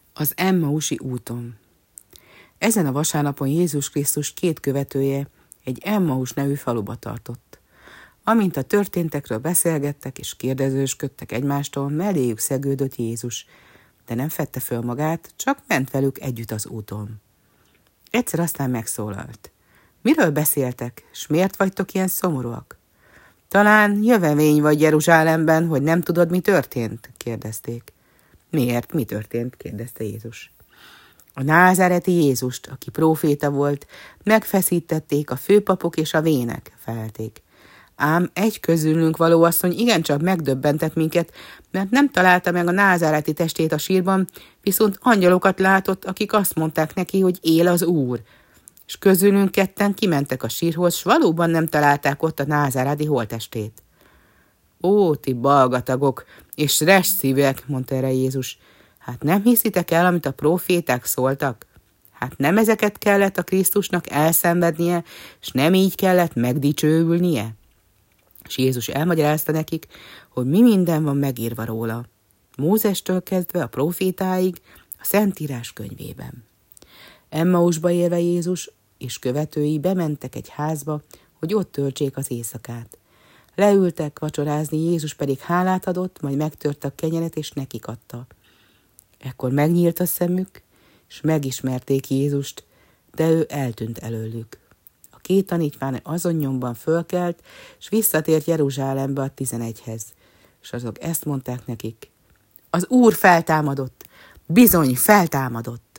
Az Emmausi úton. Ezen a vasárnapon Jézus Krisztus 2 követője egy Emmaus nevű faluba tartott. Amint a történtekről beszélgettek és kérdezősködtek egymástól, melléjük szegődött Jézus, de nem fedte föl magát, csak ment velük együtt az úton. Egyszer aztán megszólalt. Miről beszéltek, s miért vagytok ilyen szomorúak? Talán jövevény vagy Jeruzsálemben, hogy nem tudod, mi történt? Kérdezték. Miért? Mi történt? Kérdezte Jézus. A názáreti Jézust, aki próféta volt, megfeszítették a főpapok és a vének, felelték. Ám egy közülünk való asszony igencsak megdöbbentett minket, mert nem találta meg a názáreti testét a sírban, viszont angyalokat látott, akik azt mondták neki, hogy él az Úr. És közülünk ketten kimentek a sírhoz, s valóban nem találták ott a názáreti holttestét. Ó, ti balgatagok és resszívek, mondta erre Jézus, hát nem hiszitek el, amit a próféták szóltak? Hát nem ezeket kellett a Krisztusnak elszenvednie, és nem így kellett megdicsőülnie? És Jézus elmagyarázta nekik, hogy mi minden van megírva róla. Mózestől kezdve a prófétáig a Szentírás könyvében. Emmausba érve Jézus és követői bementek egy házba, hogy ott töltsék az éjszakát. Leültek vacsorázni, Jézus pedig hálát adott, majd megtörte a kenyeret és nekik adta. Ekkor megnyílt a szemük, és megismerték Jézust, de ő eltűnt előlük. A 2 tanítvány azon nyomban fölkelt, és visszatért Jeruzsálembe a 11-hez. És azok ezt mondták nekik. Az Úr feltámadott, bizony feltámadott.